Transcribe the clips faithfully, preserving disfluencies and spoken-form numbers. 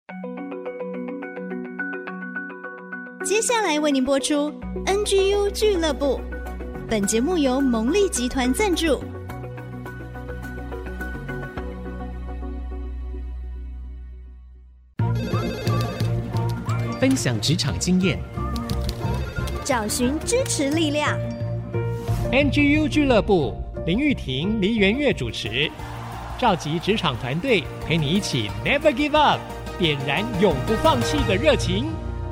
接下来为您播出 N G U 俱乐部，本节目由蒙利集团赞助。 分享职场经验， 找寻支持力量。 N G U 俱乐部，林玉婷、黎元月主持，召集职场团队，陪你一起 Never Give Up， 点燃永不放弃的热情。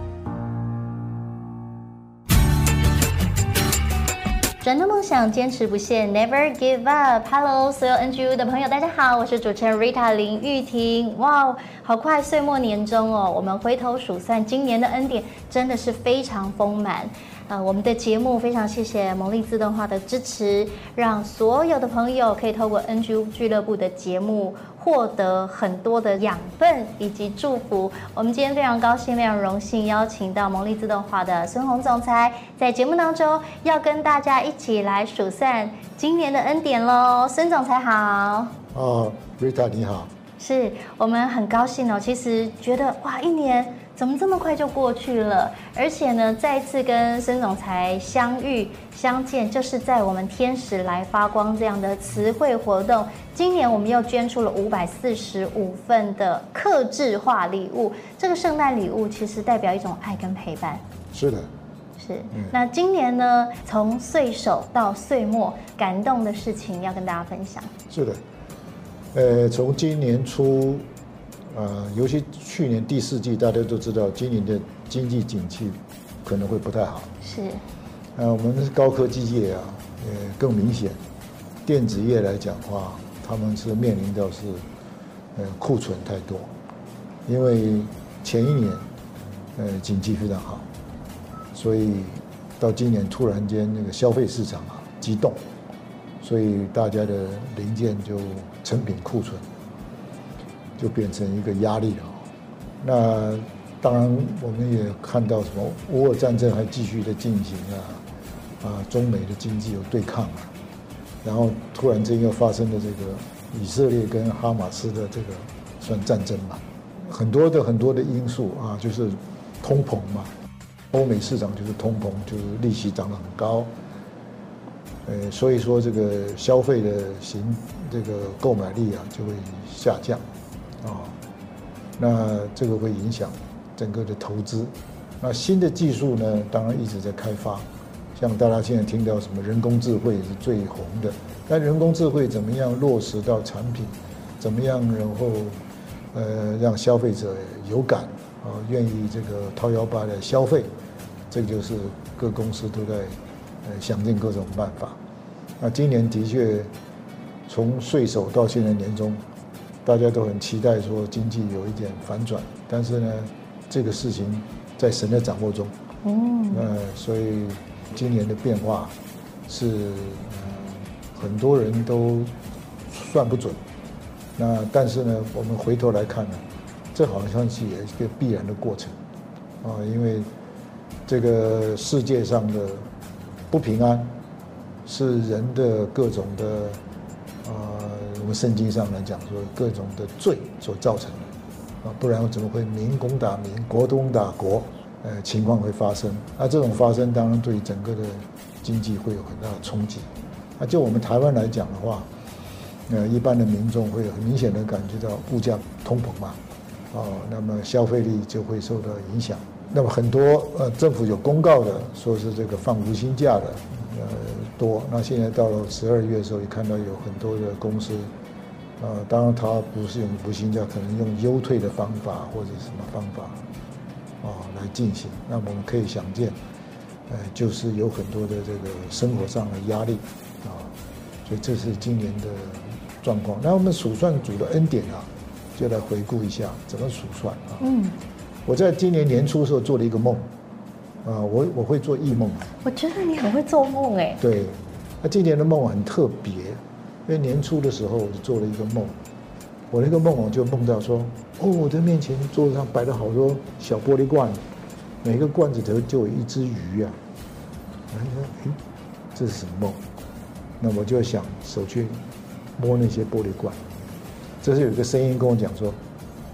转动梦想，坚持不懈 ，Never Give Up。Hello， 所有 N G U 的朋友，大家好，我是主持人 Rita 林玉婷。哇，好快，岁末年终哦，我们回头数算今年的恩典，真的是非常丰满。呃，我们的节目非常谢谢蒙利自动化的支持，让所有的朋友可以透过 N G U 俱乐部的节目获得很多的养分以及祝福。我们今天非常高兴、非常荣幸邀请到蒙利自动化的孙宏总裁，在节目当中要跟大家一起来数算今年的恩典喽。孙总裁好。 哦 ，Rita 你好。 是我们很高兴哦。其实觉得哇，一年怎么这么快就过去了？而且呢，再次跟孙总裁相遇相见，就是在我们天使来发光这样的词汇活动。今年我们又捐出了五百四十五份的客制化礼物。这个圣诞礼物其实代表一种爱跟陪伴。 是的。 是。嗯、那今年呢，从岁首到岁末，感动的事情要跟大家分享。 是的。呃，从今年初，呃，尤其去年第四季，大家都知道，今年的经济景气可能会不太好。 是。 呃，我们是高科技业啊，呃，更明显，电子业来讲的话，他们是面临到是，呃，库存太多，因为前一年，呃，经济非常好，所以到今年突然间那个消费市场啊激动。所以大家的零件就成品库存，就变成一个压力了。那当然我们也看到什么乌俄战争还继续的进行啊，啊，中美的经济有对抗啊，然后突然间又发生了这个以色列跟哈马斯的这个算战争嘛，很多的很多的因素啊，就是通膨嘛，欧美市场就是通膨，就是利息涨得很高。呃，所以说这个消费的行这个购买力啊就会下降，啊，那这个会影响整个的投资。那新的技术呢，当然一直在开发，像大家现在听到什么人工智慧是最红的，但人工智慧怎么样落实到产品，怎么样然后呃让消费者有感啊，愿意这个掏腰包来消费，这个就是各公司都在。呃，想尽各种办法。那今年的确，从岁首到现在年终，大家都很期待说经济有一点反转。但是呢，这个事情在神的掌握中。嗯。呃，所以今年的变化是呃很多人都算不准。那但是呢，我们回头来看呢，这好像是也是一个必然的过程啊，因为这个世界上的。不平安是人的各种的，呃，我们圣经上来讲说各种的罪所造成的，啊，不然怎么会民攻打民，国攻打国，呃，情况会发生。那这种发生当然对整个的经济会有很大的冲击。那就我们台湾来讲的话，呃，一般的民众会很明显的感觉到物价通膨嘛，哦，那么消费力就会受到影响。那么很多呃政府有公告的，说是这个放无薪假的，呃多。那现在到了十二月的时候，也看到有很多的公司，呃，当然它不是用无薪假，可能用优退的方法或者什么方法，啊、哦、来进行。那么我们可以想见，呃，就是有很多的这个生活上的压力，啊、哦，所以这是今年的状况。那我们数算主的恩典啊，就来回顾一下怎么数算啊。嗯。我在今年年初的时候做了一个梦，啊、呃，我我会做异梦。 我觉得你很会做梦哎。 对，那今年的梦很特别，因为年初的时候我就做了一个梦，我那个梦我就梦到说，哦，我的面前桌子上摆了好多小玻璃罐，每个罐子头就有一只鱼啊。我就说，诶，这是什么梦？那我就想手去摸那些玻璃罐，这是有一个声音跟我讲说，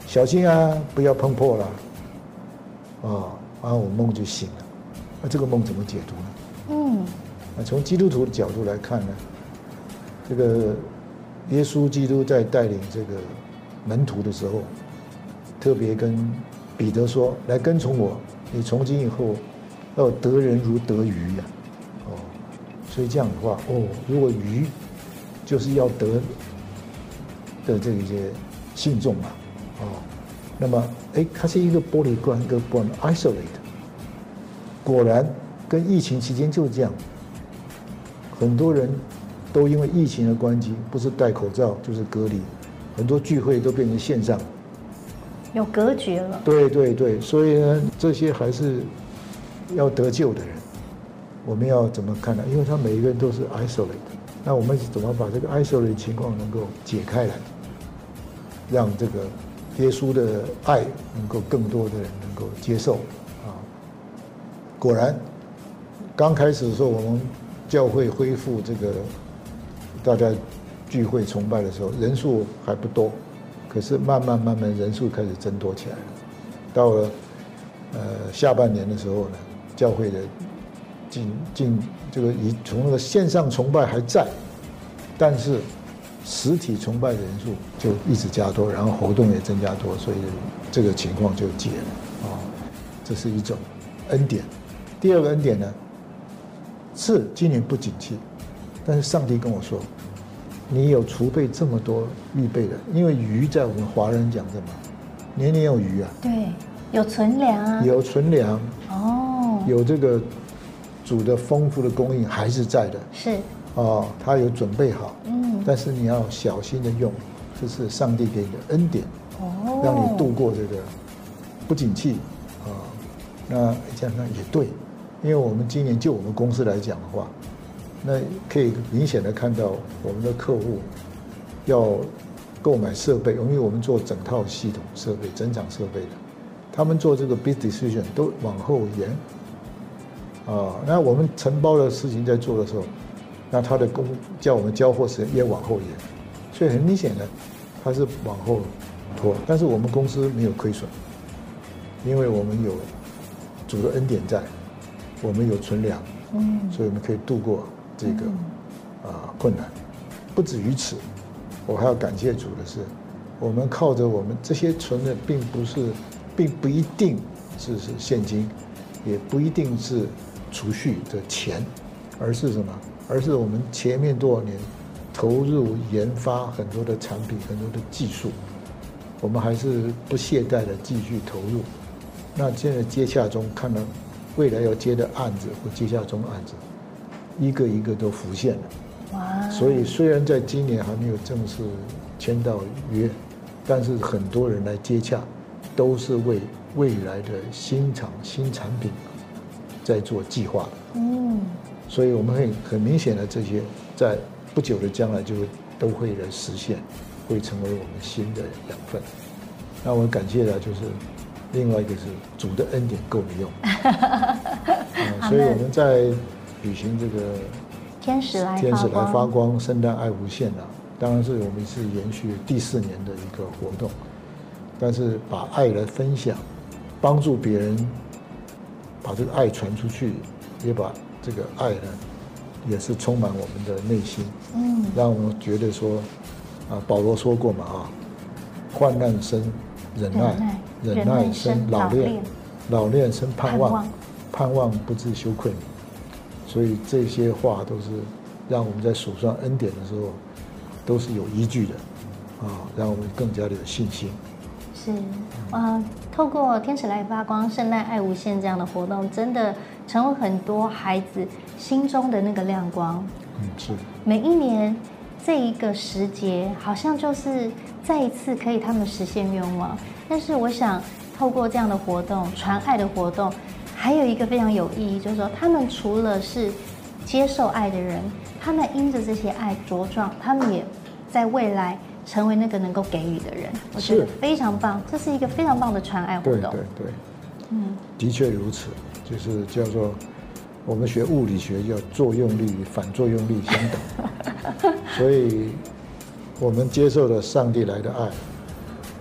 小心啊，不要碰破了，啊，然后我梦就醒了。那这个梦怎么解读呢？嗯，那从基督徒的角度来看呢，这个耶稣基督在带领这个门徒的时候，特别跟彼得说：“来跟从我，你从今以后要得人如得鱼呀。”哦，所以这样的话，哦，如果鱼就是要得的这一些信众嘛，哦，那么哎，它是一个玻璃罐，一个玻璃 isolate。果然，跟疫情期间就是这样，很多人都因为疫情的关系，不是戴口罩就是隔离，很多聚会都变成线上， 有隔绝了。 对对对，所以呢，这些还是要得救的人，我们要怎么看呢？因为他每一个人都是 isolate， 那我们怎么把这个 isolate 情况能够解开来，让这个耶稣的爱能够更多的人能够接受。果然，刚开始的时候，我们教会恢复这个大家聚会崇拜的时候，人数还不多，可是慢慢慢慢人数开始增多起来了。到了呃下半年的时候呢，教会的进进这个以从那个线上崇拜还在，但是实体崇拜的人数就一直加多，然后活动也增加多，所以这个情况就解了啊，这是一种恩典。第二个恩典呢，是今年不景气，但是上帝跟我说，你有储备这么多预备的，因为鱼在我们华人讲什么，年年有余啊， 对，有存粮啊， 有存粮， 哦， 有这个主的丰富的供应还是在的， 是， 哦，他有准备好， 嗯， 但是你要小心的用，这是上帝给你的恩典， 哦， 让你度过这个不景气啊，那这样看也对。因为我们今年就我们公司来讲的话，那可以明显的看到我们的客户要购买设备，因为我们做整套系统设备、整场设备的，他们做这个 business decision 都往后延啊。那我们承包的事情在做的时候，那他的工叫我们交货时间也往后延，所以很明显的他是往后拖。但是我们公司没有亏损，因为我们有主的恩典在。我们有存粮，嗯，所以我们可以度过这个啊、呃、困难。不止于此，我还要感谢主的是，我们靠着我们这些存的，并不是，并不一定是是现金，也不一定是储蓄的钱，而是什么？而是我们前面多少年投入研发很多的产品、很多的技术，我们还是不懈怠的继续投入。那现在接洽中看到。未来要接的案子或接下中的案子，一个一个都浮现了。哇！所以虽然在今年还没有正式签到约，但是很多人来接洽，都是为未来的新厂、新产品在做计划的。嗯。所以我们会很明显的这些，在不久的将来就会都会来实现，会成为我们新的养分。那我感谢的就是。另外一个是主的恩典够你用，嗯、所以我们在举行这个天使来天使来发光圣诞爱无限啊，当然是我们是延续第四年的一个活动，但是把爱来分享，帮助别人，把这个爱传出去，也把这个爱呢，也是充满我们的内心，嗯，让我们觉得说，啊，保罗说过嘛啊，患难生忍耐。忍耐生老练，老练生盼望，盼望不致羞愧。所以这些话都是让我们在数算恩典的时候，都是有依据的，啊，让我们更加的有信心。 是，啊，透过天使来发光、圣诞爱无限这样的活动，真的成为很多孩子心中的那个亮光。 嗯，是。 每一年这一个时节，好像就是再一次可以他们实现愿望。但是我想，透过这样的活动，传爱的活动，还有一个非常有意义，就是说，他们除了是接受爱的人，他们因着这些爱茁壮，他们也在未来成为那个能够给予的人。我觉得非常棒，这是一个非常棒的传爱活动。 对对对，嗯，的确如此，就是叫做我们学物理学叫作用力与反作用力相等，所以我们接受了上帝来的爱。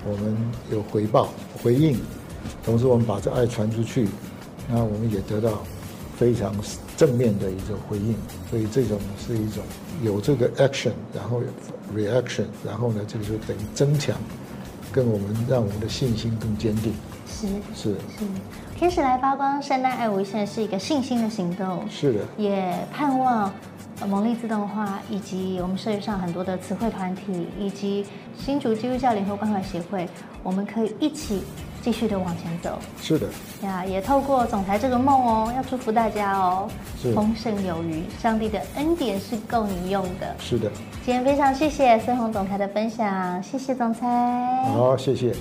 我们有回报回应，同时我们把这爱传出去，那我们也得到非常正面的一种回应，所以这种是一种有这个 action， 然后 reaction， 然后呢，这个就等于增强，跟我们让我们的信心更坚定。 是是是，天使来发光，圣诞爱无限是一个信心的行动。 是的， 也盼望蒙利自动化以及我们社会上很多的词汇团体，以及新竹基督教联合关怀协会，我们可以一起继续的往前走。 是的， 呀，也透过总裁这个梦哦，要祝福大家哦， 是丰盛有余，上帝的恩典是够你用的。 是的， 今天非常谢谢孙宏总裁的分享，谢谢总裁。 好，谢谢。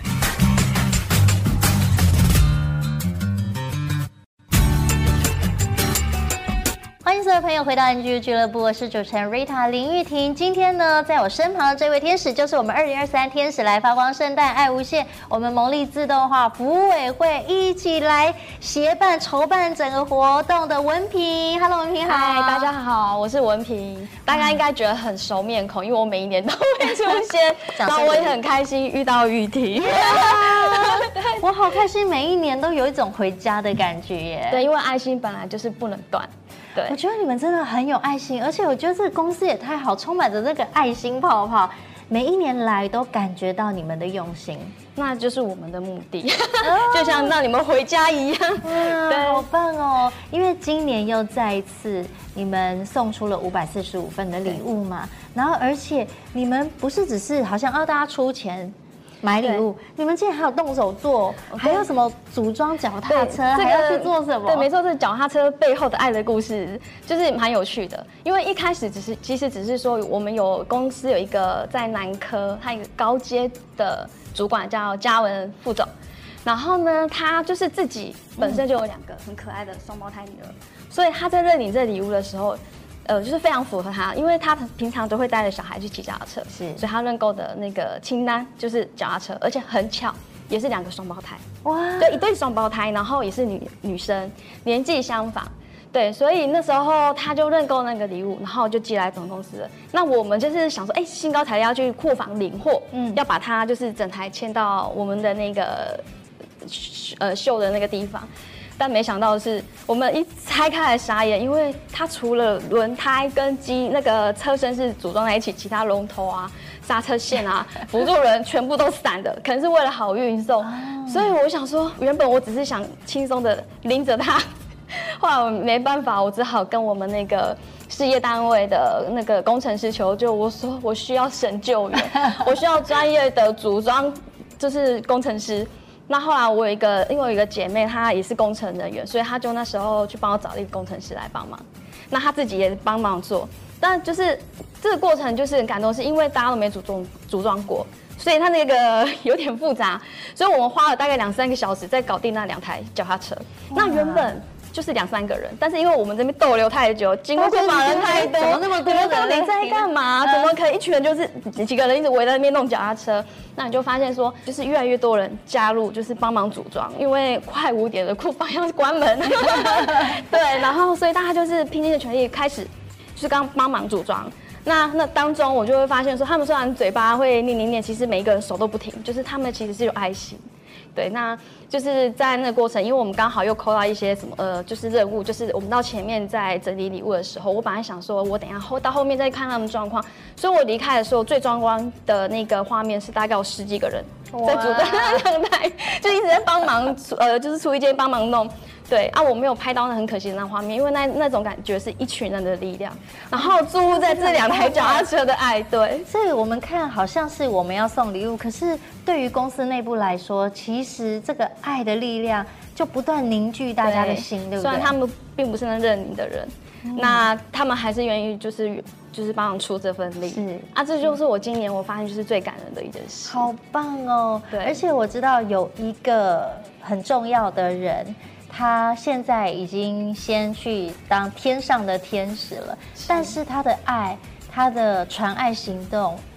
欢迎所有朋友回到 N G U 俱乐部，我是主持人 Rita 林玉婷。今天呢，在我身旁的这位天使就是我们二零二三天使来发光圣诞爱无限，我们蒙利自动化服务委会一起来协办筹办整个活动的文萍。Hello， 文萍好。 嗨，大家好，我是文萍。大家应该觉得很熟面孔，因为我每一年都会出现，然后我也很开心遇到玉婷。 我好开心，每一年都有一种回家的感觉耶。 对，因为爱心本来就是不能断。对， 我觉得你们真的很有爱心，而且我觉得这个公司也太好，充满着这个爱心泡泡，每一年来都感觉到你们的用心， 那就是我们的目的，就像让你们回家一样。 对，好棒哦！因为今年又再一次，你们送出了五百四十五份的礼物嘛，然后而且你们不是只是好像啊大家出钱买礼物，你们竟然还有动手做，还有什么组装脚踏车，还要去做什么？ 对，没错，这脚踏车背后的爱的故事就是蛮有趣的。因为一开始只是，其实只是说，我们有公司有一个在南科，他一个高阶的主管叫嘉文副总，然后呢，他就是自己本身就有两个很可爱的双胞胎女儿，所以他在认领这礼物的时候。呃，就是非常符合他，因为他平常都会带着小孩去骑脚踏车，是，所以他认购的那个清单就是脚踏车，而且很巧，也是两个双胞胎，哇，对，一对双胞胎，然后也是女女生，年纪相仿，对，所以那时候他就认购那个礼物，然后就寄来总公司了。那我们就是想说，哎，兴高采烈要去库房领货，嗯，要把它就是整台迁到我们的那个呃秀的那个地方。但没想到的是，我们一拆开来傻眼，因为它除了轮胎跟机那个车身是组装在一起，其他龙头啊、刹车线啊、辅助轮全部都散的，可能是为了好运送。所以我想说，原本我只是想轻松的拎着它，后来我没办法，我只好跟我们那个事业单位的那个工程师求救，我说我需要神救援，我需要专业的组装，就是工程师。那后来我有一个，因为我有一个姐妹，她也是工程人员，所以她就那时候去帮我找了一个工程师来帮忙。那她自己也帮忙做，但就是这个过程就是很感动，是因为大家都没组装组装过，所以它那个有点复杂，所以我们花了大概两三个小时在搞定那两台脚踏车。那原本就是两三个人，但是因为我们这边逗留太久，经过库房人太多， 怎么那么多人？ 到底在干嘛？怎么可以一群人就是几个人一直围在那边弄脚踏车？那你就发现说，就是越来越多人加入，就是帮忙组装，因为快五点的库房要关门，对，然后所以大家就是拼尽了全力开始，就是刚帮忙组装。那那当中我就会发现说，他们虽然嘴巴会念念念，其实每一个人手都不停，就是他们其实是有爱心。对，那就是在那个过程，因为我们刚好又扣到一些什么呃，就是任务，就是我们到前面在整理礼物的时候，我本来想说，我等一下后到后面再看他们状况，所以我离开的时候，最壮观的那个画面是大概有十几个人在组装那两台，就一直在帮忙，呃，就是出一间帮忙弄。对啊，我没有拍到那很可惜的那画面，因为那那种感觉是一群人的力量，然后注入在这两台脚踏车的爱。对， 所以我们看好像是我们要送礼物，可是对于公司内部来说，其实这个爱的力量就不断凝聚大家的心， 对, 对不对？ 虽然他们并不是能认领的人，嗯、那他们还是愿意就是就是帮我出这份力。是啊，这就是我今年我发现就是最感人的一件事。 好棒哦！对，而且我知道有一个很重要的人。他现在已经先去当天上的天使了，但是他的爱，他的传爱行动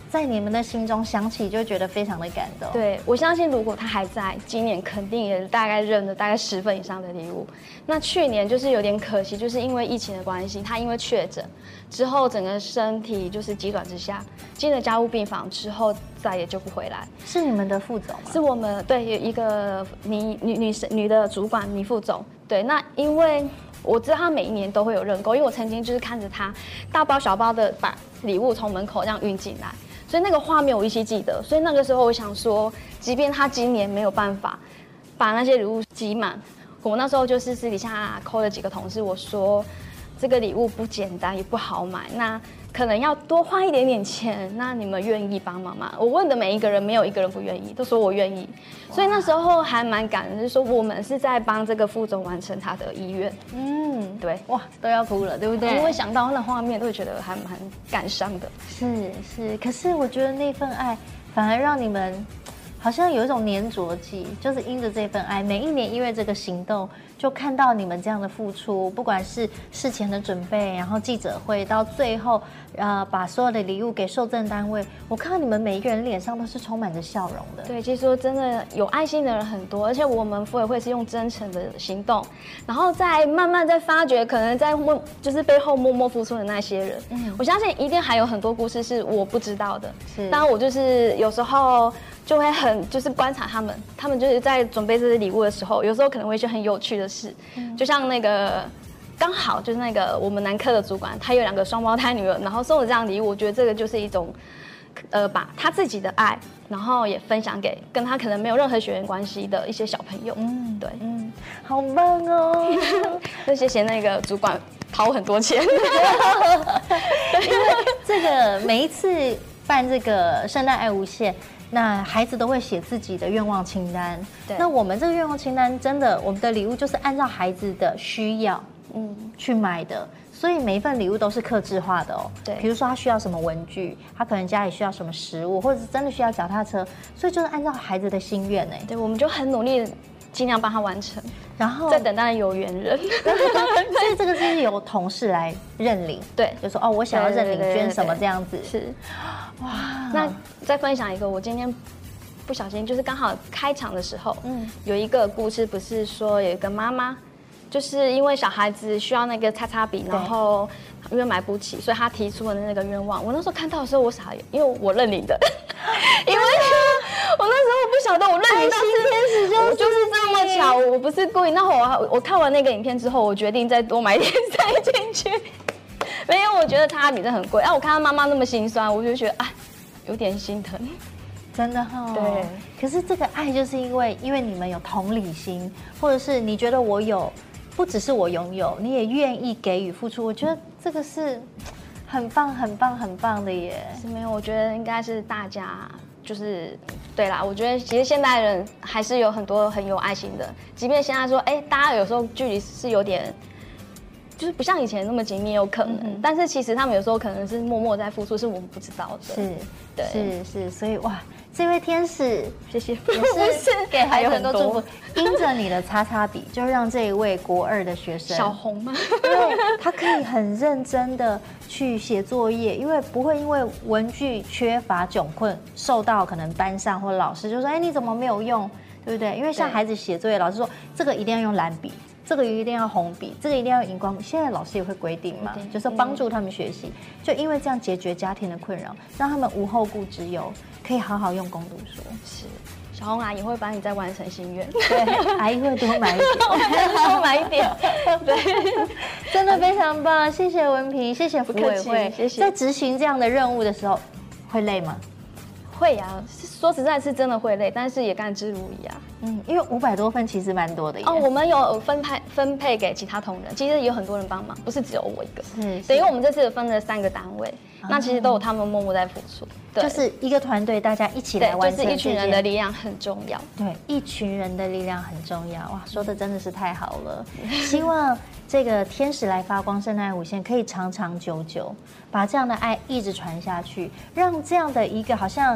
在你们的心中想起就觉得非常的感动。 对，我相信如果他还在，今年肯定也大概认了大概十份以上的礼物。那去年就是有点可惜，就是因为疫情的关系，他因为确诊之后，整个身体就是急转直下，进了加护病房之后再也救不回来。 是你们的副总吗？ 是我们对有一个女女女女的主管女副总。对，那因为我知道他每一年都会有认购，因为我曾经就是看着他大包小包的把礼物从门口这样运进来。所以那个画面我依稀记得，所以那个时候我想说，即便他今年没有办法把那些礼物集满，我那时候就是私底下 call 了几个同事，我说这个礼物不简单也不好买，那可能要多花一点点钱，那你们愿意帮忙吗？我问的每一个人没有一个人不愿意，都说我愿意，所以那时候还蛮感人，就是说我们是在帮这个副总完成他的意愿。嗯，对， 哇，都要哭了，对不对？ 因为想到那画面，都会觉得还蛮感伤的。 是是，可是我觉得那份爱反而让你们好像有一种粘着剂，就是因着这份爱，每一年因为这个行动，就看到你们这样的付出，不管是事前的准备，然后记者会，到最后，呃，把所有的礼物给受赠单位，我看到你们每一个人脸上都是充满着笑容的。 对，其实说真的，有爱心的人很多，而且我们妇委会是用真诚的行动，然后再慢慢再发掘，可能在默就是背后默默付出的那些人。嗯，我相信一定还有很多故事是我不知道的。是，当然我就是有时候就会很就是观察他们，他们就是在准备这些礼物的时候，有时候可能会一些很有趣的事，嗯、就像那个刚好就是那个我们南科的主管，他有两个双胞胎女儿，然后送了这样的礼物，我觉得这个就是一种，呃，把他自己的爱，然后也分享给跟他可能没有任何血缘关系的一些小朋友。嗯，对，嗯， 好棒哦！ 就谢谢那个主管掏很多钱， 因为这个每一次办这个圣诞爱无限。那孩子都会写自己的愿望清单。对，那我们这个愿望清单真的，我们的礼物就是按照孩子的需要，嗯，去买的。所以每一份礼物都是客制化的哦。对，比如说他需要什么文具，他可能家里需要什么食物，或者是真的需要脚踏车，所以就是按照孩子的心愿哎。 对，我们就很努力，尽量帮他完成。然后在等待有缘人。 所以这个是由同事来认领。 对， 就说哦，我想要认领捐什么这样子。 是。哇，那再分享一个，我今天不小心就是刚好开场的时候，嗯，有一个故事，不是说有一个妈妈，就是因为小孩子需要那个擦擦笔，然后因为买不起，所以她提出了那个愿望。我那时候看到的时候，我傻眼，因为我认领的，因为我那时候我不晓得我认领到是天使，就是就是这么巧，我不是故意。那我我看完那个影片之后，我决定再多买一点塞进去。没有，我觉得擦擦笔真的很贵。啊，我看他妈妈那么心酸，我就觉得哎，有点心疼。 真的哈、哦。 对。 可是这个爱就是因为因为你们有同理心，或者是你觉得我有，不只是我拥有，你也愿意给予付出。我觉得这个是很棒、很棒、很棒的耶。 是没有，我觉得应该是大家就是对啦。我觉得其实现代人还是有很多很有爱心的，即便现在说哎，大家有时候距离是有点。就是不像以前那么紧密，有可能，嗯、但是其实他们有时候可能是默默在付出，是我们不知道的。 是， 对， 是是，所以哇，这位天使， 谢谢， 也是给孩子很多祝福。因着你的擦擦笔，就让这一位国二的学生小红吗？ 对，他可以很认真的去写作业，因为不会因为文具缺乏窘困，受到可能班上或老师就说，哎，你怎么没有用，对不对？因为像孩子写作业，老师说这个一定要用蓝笔。这个一定要红笔，这个一定要荧光笔。现在老师也会规定嘛，就是帮助他们学习。就因为这样解决家庭的困扰，让他们无后顾之忧，可以好好用功读书。 是，小红阿姨会帮你再完成心愿。 对，阿姨会多买一点， 多买一点。对， 真的非常棒，谢谢文萍，谢谢福委会。 谢谢。 在执行这样的任务的时候，会累吗？ 会呀、啊，说实在是真的会累，但是也甘之如饴啊。 嗯，因为五百多份其实蛮多的耶。 哦，我们有分派分配给其他同仁，其实有很多人帮忙，不是只有我一个。 是， 等于我们这次分了三个单位，哦、那其实都有他们默默在付出。对， 就是一个团队，大家一起来完成。 就是一群人的力量很重要。 对，一群人的力量很重要。哇，说的真的是太好了。希望这个天使来发光圣诞无限可以长长久久，把这样的爱一直传下去，让这样的一个好像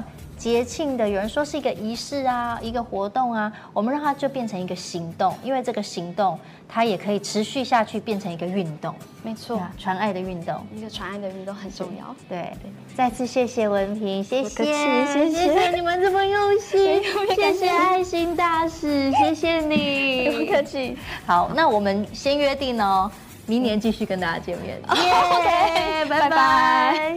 节庆的，有人说是一个仪式啊，一个活动啊，我们让它就变成一个行动，因为这个行动它也可以持续下去，变成一个运动。 没错， 传爱的运动， 一个传爱的运动很重要。 对，再次谢谢文萍，谢谢， 谢谢， 谢谢你们这么用心，谢谢爱心大使，谢谢你， 不客气。 好，那我们先约定哦，明年继续跟大家见面。 OK， 拜拜。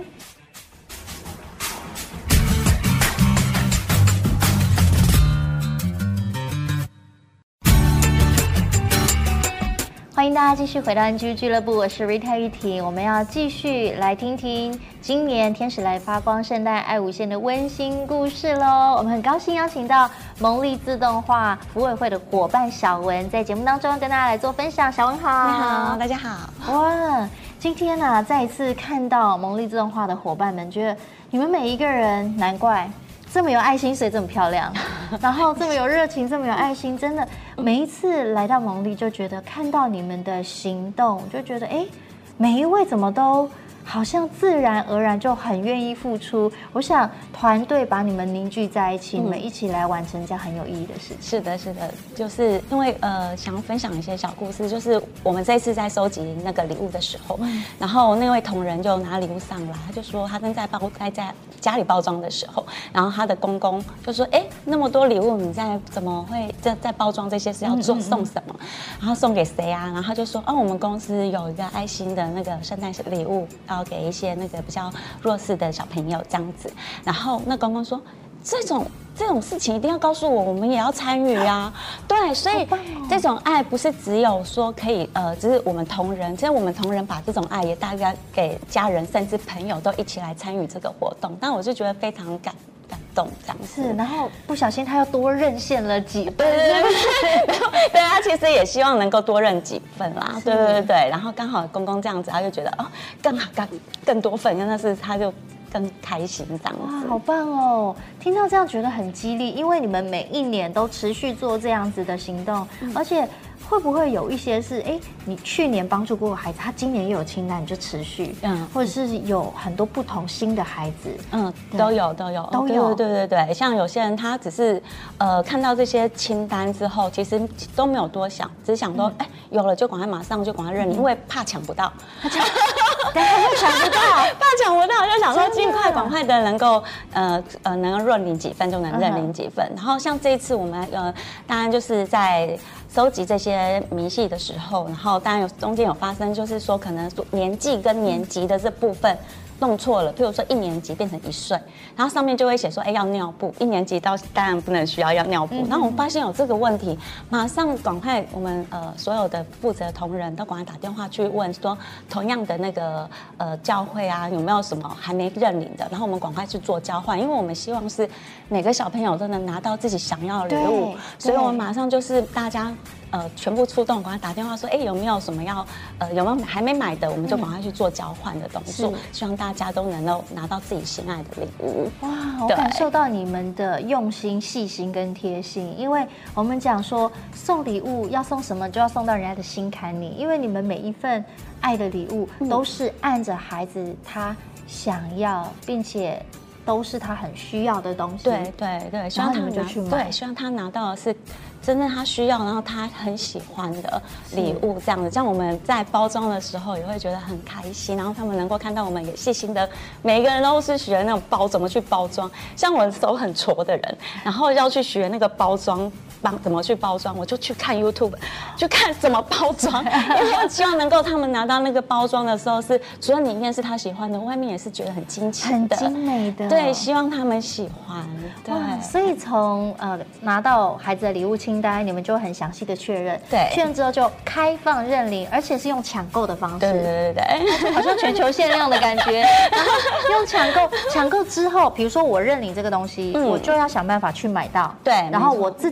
欢迎大家继续回到 N G U 俱乐部，我是 Rita 玉婷，我们要继续来听听今年天使来发光圣诞爱无限的温馨故事喽。我们很高兴邀请到蒙利自动化福委会的伙伴小文，在节目当中跟大家来做分享。小文好。 你好，大家好。 哇，今天呢、啊、再一次看到蒙利自动化的伙伴们，觉得你们每一个人，难怪这么有爱心，所以这么漂亮，然后这么有热情，这么有爱心，真的每一次来到蒙利就觉得看到你们的行动，就觉得哎，每一位怎么都好像自然而然就很愿意付出。我想团队把你们凝聚在一起，嗯、你们一起来完成这样很有意义的事情。 是的，是的，就是因为呃，想要分享一些小故事，就是我们这次在收集那个礼物的时候，嗯、然后那位同仁就拿礼物上来，他就说他正在包在在家里包装的时候，然后他的公公就说：“哎，那么多礼物，你在怎么会在在包装这些是要做送什么？然后送给谁啊？”然后他就说：“哦，我们公司有一个爱心的那个圣诞礼物。”要给一些那个比较弱势的小朋友这样子，然后那公公说，这种这种事情一定要告诉我，我们也要参与啊。对，所以这种爱不是只有说可以呃，只是我们同仁，其实我们同仁把这种爱也大概给家人甚至朋友都一起来参与这个活动，但我就觉得非常感感动这样子。 是，然后不小心他又多认献了几份， 对对对，对他其实也希望能够多认几份啦，对对对对，然后刚好公公这样子，他就觉得哦，更好更更多份，真的是他就更开心这样子。 哇，好棒哦！听到这样觉得很激励，因为你们每一年都持续做这样子的行动，嗯、而且会不会有一些是哎，你去年帮助过的孩子，他今年又有清单，你就持续，嗯，或者是有很多不同新的孩子， 嗯，都有都有都有， 对对对对，像有些人他只是呃看到这些清单之后，其实都没有多想，只是想说哎、嗯、有了就赶快马上就赶快认领，嗯、因为怕抢不到， 怕抢，怕抢不到， 怕抢不到，就想说尽快赶快的能够呃呃能够认领几份就能认领几份，嗯、然后像这一次我们呃当然就是在收集这些明细的时候，然后当然有中间有发生，就是说可能年纪跟年级的这部分弄错了，譬如说一年级变成一岁，然后上面就会写说，哎，要尿布，一年级到当然不能需要要尿布。嗯、然后我们发现有这个问题，马上赶快我们呃所有的负责同仁都赶快打电话去问说，同样的那个呃教会啊有没有什么还没认领的，然后我们赶快去做交换，因为我们希望是每个小朋友都能拿到自己想要的礼物，所以我们马上就是大家。呃，全部出动，赶快打电话说，哎，有没有什么要，呃，有没有还没买的，我们就赶快去做交换的动作，嗯、希望大家都能够拿到自己心爱的礼物。 哇，我感受到你们的用心、细心跟贴心，因为我们讲说送礼物要送什么，就要送到人家的心坎里，因为你们每一份爱的礼物都是按着孩子他想要，并且都是他很需要的东西。 对对对，希望他们就去买， 对，希望他拿到的是真正他需要，然后他很喜欢的礼物，这样子，这样我们在包装的时候也会觉得很开心，然后他们能够看到我们也细心的，每一个人都是学那种包怎么去包装。像我手很矬的人，然后要去学那个包装，帮怎么去包装，我就去看 YouTube， 去看怎么包装，因为我希望能够他们拿到那个包装的时候是，除了里面是他喜欢的，外面也是觉得很精致的、 很精美的。 对，希望他们喜欢。对， 所以从呃拿到孩子的礼物清单，你们就很详细的确认， 对， 确认之后就开放认领，而且是用抢购的方式， 对对对对， 好像全球限量的感觉。然后用抢购，抢购之后，比如说我认领这个东西，嗯、我就要想办法去买到， 对， 然后我自己要包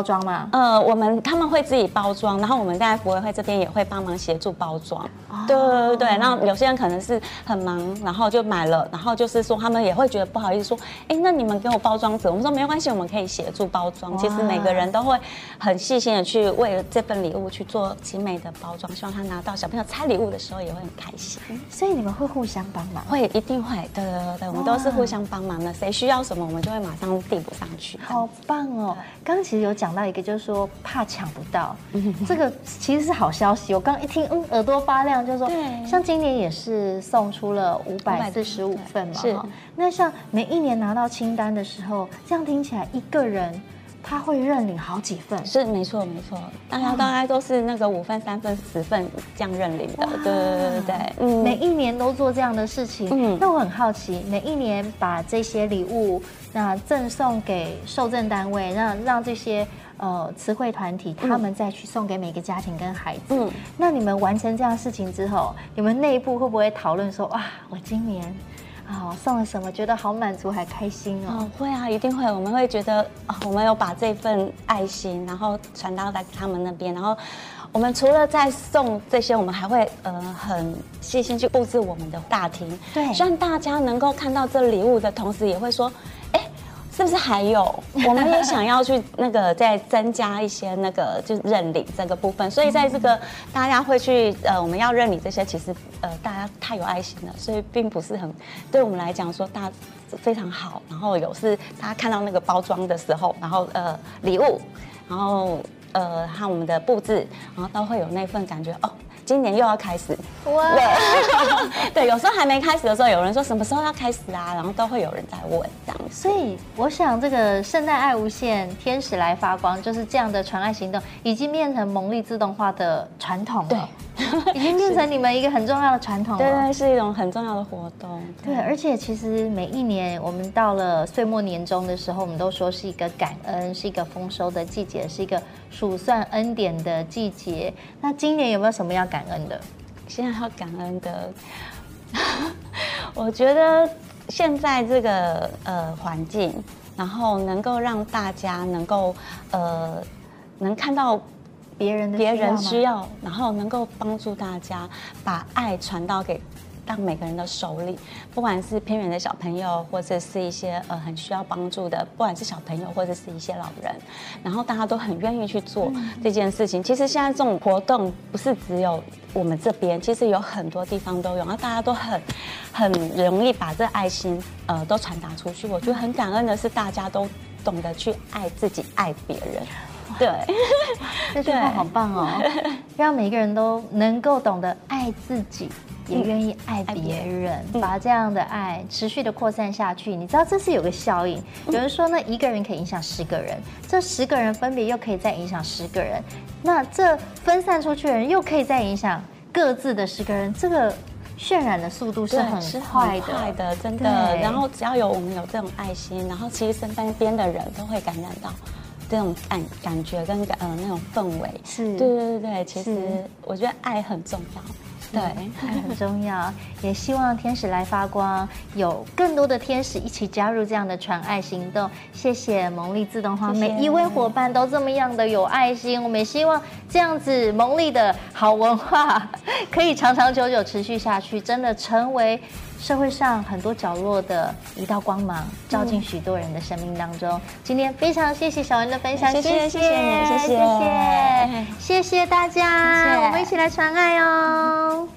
装吗？ 呃，我们他们会自己包装，然后我们在服委会这边也会帮忙协助包装。哦、对对对，那有些人可能是很忙，然后就买了，然后就是说他们也会觉得不好意思说，哎，那你们给我包装纸，我们说没关系，我们可以协助包装。其实每个人都会很细心的去为了这份礼物去做精美的包装，希望他拿到小朋友拆礼物的时候也会很开心。 所以你们会互相帮忙？ 会，一定会。对对对对，我们都是互相帮忙的，谁需要什么我们就会马上递补上去。 好棒哦！刚刚其实有讲到一个，就是说怕抢不到，这个其实是好消息。我刚一听，嗯，耳朵发亮，就是说，像今年也是送出了五百四十五份嘛，是。那像每一年拿到清单的时候，这样听起来一个人他会认领好几份， 是没错没错，大家大概都是那个五份、三份、十份这样认领的，对对对对， 嗯，每一年都做这样的事情，嗯，那我很好奇，每一年把这些礼物那赠送给受赠单位，让让这些呃慈惠团体他们再去送给每个家庭跟孩子，嗯，那你们完成这样的事情之后，你们内部会不会讨论说，哇，我今年哦，送了什么？觉得好满足，还开心哦。 哦，会啊，一定会。我们会觉得，哦，我们有把这份爱心，然后传达在他们那边。然后，我们除了在送这些，我们还会呃很细心去布置我们的大厅。对，希望大家能够看到这礼物的同时，也会说，哎，是不是还有？我们也想要去那个再增加一些那个就是认领这个部分。所以在这个大家会去呃我们要认领这些，其实呃大家太有爱心了，所以并不是很对我们来讲说大非常好。然后有是大家看到那个包装的时候，然后呃礼物，然后呃和我们的布置，然后都会有那份感觉哦。今年又要开始，哇！对，对，有时候还没开始的时候，有人说什么时候要开始啊，然后都会有人在问这样。 所以我想，这个圣诞爱无限，天使来发光，就是这样的传爱行动，已经变成蒙利自动化的传统了。对。已经变成你们一个很重要的传统了。 对对，是一种很重要的活动。 对，而且其实每一年我们到了岁末年终的时候，我们都说是一个感恩，是一个丰收的季节，是一个数算恩典的季节。那今年有没有什么要感恩的？ 现在要感恩的，我觉得现在这个呃环境，然后能够让大家能够呃能看到。 别人的别人需要，然后能够帮助大家把爱传到给让每个人的手里，不管是偏远的小朋友，或者是一些呃很需要帮助的，不管是小朋友或者是一些老人，然后大家都很愿意去做这件事情。其实现在这种活动不是只有我们这边，其实有很多地方都有，然后大家都很很容易把这爱心呃都传达出去。我觉得很感恩的是，大家都懂得去爱自己，爱别人。对， 这句话好棒哦！让每个人都能够懂得爱自己，也愿意爱别人，嗯、把这样的爱持续的扩散下去。你知道这是有个效应，有人说呢，一个人可以影响十个人，这十个人分别又可以再影响十个人，那这分散出去的人又可以再影响各自的十个人，这个渲染的速度是很快的， 快的，真的。然后只要有我们有这种爱心，然后其实身边的人都会感染到。这种感感觉跟呃那种氛围，是，对对对对，其实我觉得爱很重要，对， 爱很重要。也希望天使来发光，有更多的天使一起加入这样的传爱行动。谢谢蒙利自动化，每一位伙伴都这么样的有爱心。我们也希望这样子蒙利的好文化可以长长久久持续下去，真的成为社会上很多角落的一道光芒，照进许多人的生命当中。今天非常谢谢小恩的分享， 谢谢谢谢你，谢谢谢谢谢谢大家，谢谢我们一起来传爱哦。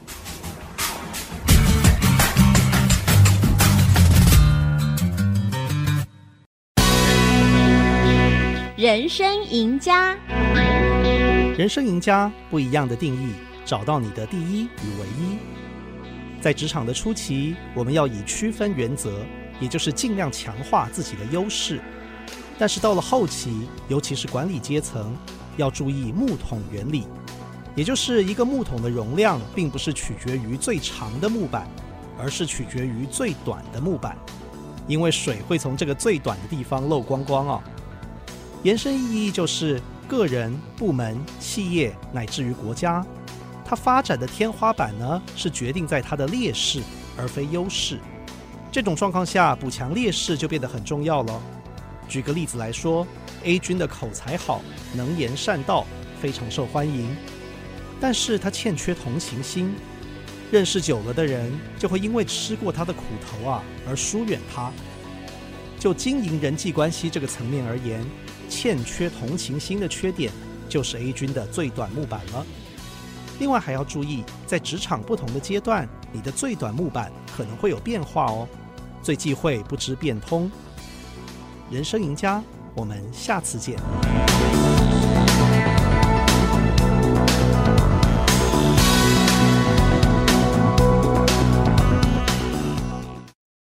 人生赢家， 人生赢家不一样的定义，找到你的第一与唯一。在职场的初期，我们要以区分原则，也就是尽量强化自己的优势。但是到了后期，尤其是管理阶层，要注意木桶原理，也就是一个木桶的容量并不是取决于最长的木板，而是取决于最短的木板，因为水会从这个最短的地方漏光光哦。延伸意义就是个人、部门、企业乃至于国家，它发展的天花板呢，是决定在它的劣势而非优势。这种状况下，补强劣势就变得很重要了。举个例子来说， A 君的口才好，能言善道，非常受欢迎。但是他欠缺同情心，认识久了的人就会因为吃过他的苦头啊而疏远他。就经营人际关系这个层面而言，欠缺同情心的缺点就是 A 君的最短木板了。另外还要注意，在职场不同的阶段，你的最短木板可能会有变化哦。最忌讳不知变通。人生赢家，我们下次见。